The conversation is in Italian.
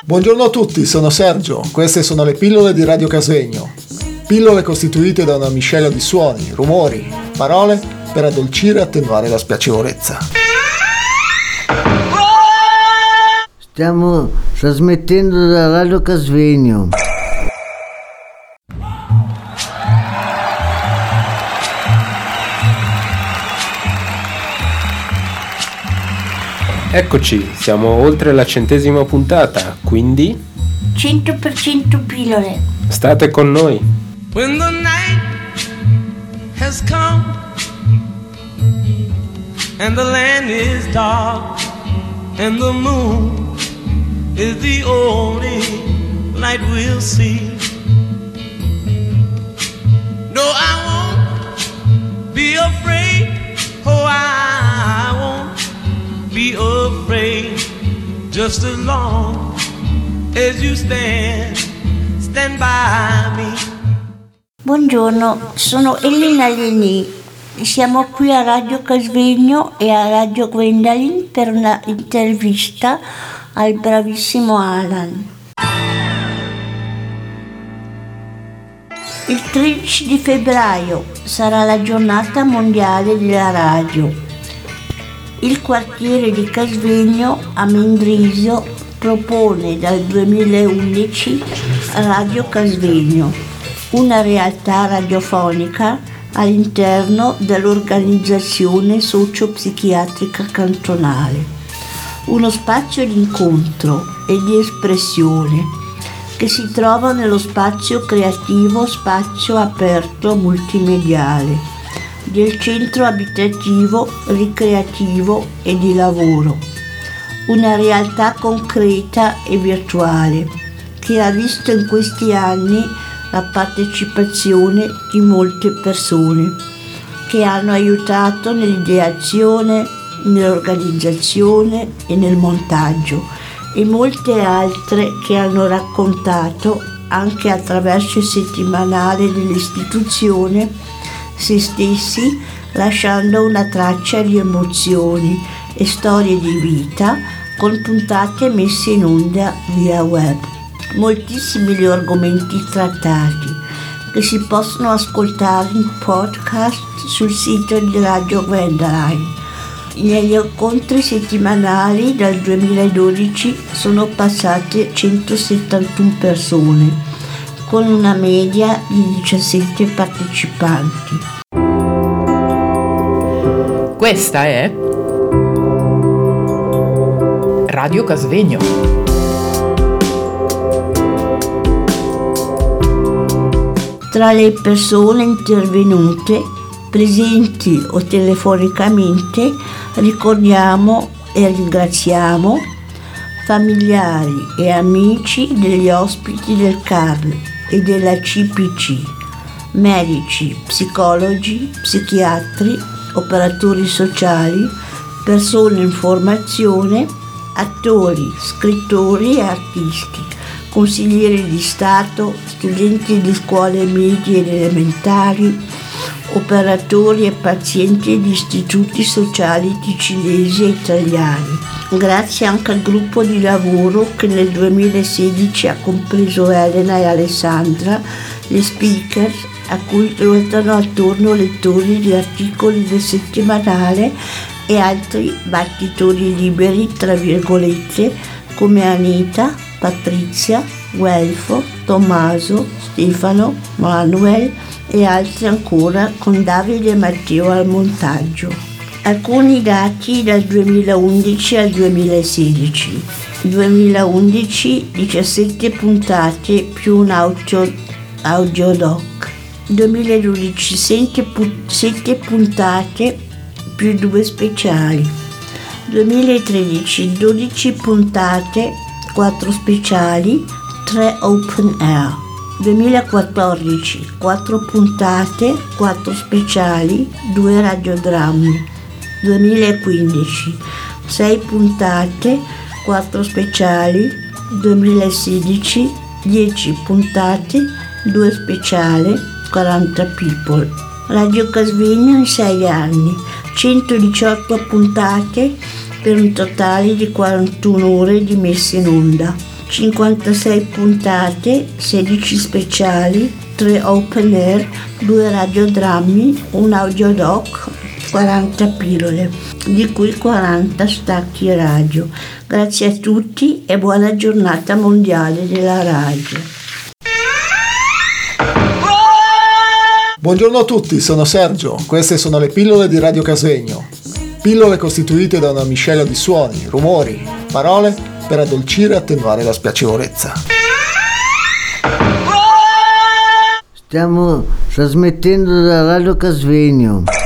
Buongiorno a tutti, sono Sergio, queste sono le pillole di Radio Casvegno. Pillole costituite da una miscela di suoni, rumori, parole per addolcire e attenuare la spiacevolezza. Stiamo trasmettendo da Radio Casvegno. Eccoci, siamo oltre la 100ª puntata, quindi 100% pillole. State con noi. When the night has come and the land is dark and the moon is the only light we'll see. No, I won't be afraid. Oh, I won't be afraid, just as long as you stand by me. Buongiorno, sono Elena Leni. Siamo qui a Radio Casvegno e a Radio Gwendalin per una intervista al bravissimo Alan. Il 13 di febbraio sarà la giornata mondiale della radio. Il quartiere di Casvegno a Mendrisio propone dal 2011 Radio Casvegno, una realtà radiofonica all'interno dell'organizzazione socio-psichiatrica cantonale, uno spazio di incontro e di espressione che si trova nello spazio creativo, spazio aperto multimediale del centro abitativo, ricreativo e di lavoro, una realtà concreta e virtuale che ha visto in questi anni la partecipazione di molte persone che hanno aiutato nell'ideazione, nell'organizzazione e nel montaggio, e molte altre che hanno raccontato anche attraverso il settimanale dell'istituzione se stessi, lasciando una traccia di emozioni e storie di vita con puntate messe in onda via web. Moltissimi gli argomenti trattati che si possono ascoltare in podcast sul sito di Radio Gwendalin. Negli incontri settimanali dal 2012 sono passate 171 persone, con una media di 17 partecipanti. Questa è Radio Casvegno. Tra le persone intervenute, presenti o telefonicamente, ricordiamo e ringraziamo familiari e amici degli ospiti del CARL e della CPC, medici, psicologi, psichiatri, operatori sociali, persone in formazione, attori, scrittori e artisti, consiglieri di Stato, studenti di scuole medie ed elementari, operatori e pazienti di istituti sociali ticinesi e italiani. Grazie anche al gruppo di lavoro che nel 2016 ha compreso Elena e Alessandra, le speaker a cui ruotano attorno lettori di articoli del settimanale e altri battitori liberi, tra virgolette, come Anita, Patrizia, Guelfo, Tommaso, Stefano, Manuel e altri ancora, con Davide e Matteo al montaggio. Alcuni dati dal 2011 al 2016. 2011 17 puntate più un audiodoc. 2012 7 puntate più 2 speciali. 2013 12 puntate, 4 speciali, 3 open air. 2014 4 puntate, 4 speciali, 2 radiodrammi. 2015 6 puntate, 4 speciali. 2016 10 puntate, 2 speciali, 40 people. Radio Casvegno in 6 anni, 118 puntate per un totale di 41 ore di messa in onda. 56 puntate, 16 speciali, 3 open air, 2 radiodrammi, un audiodoc, 40 pillole, di cui 40 stacchi radio. Grazie a tutti e buona giornata mondiale della radio. Buongiorno a tutti, sono Sergio. Queste sono le pillole di Radio Casvegno. Pillole costituite da una miscela di suoni, rumori, parole per addolcire e attenuare la spiacevolezza. Stiamo trasmettendo da Radio Casvegno.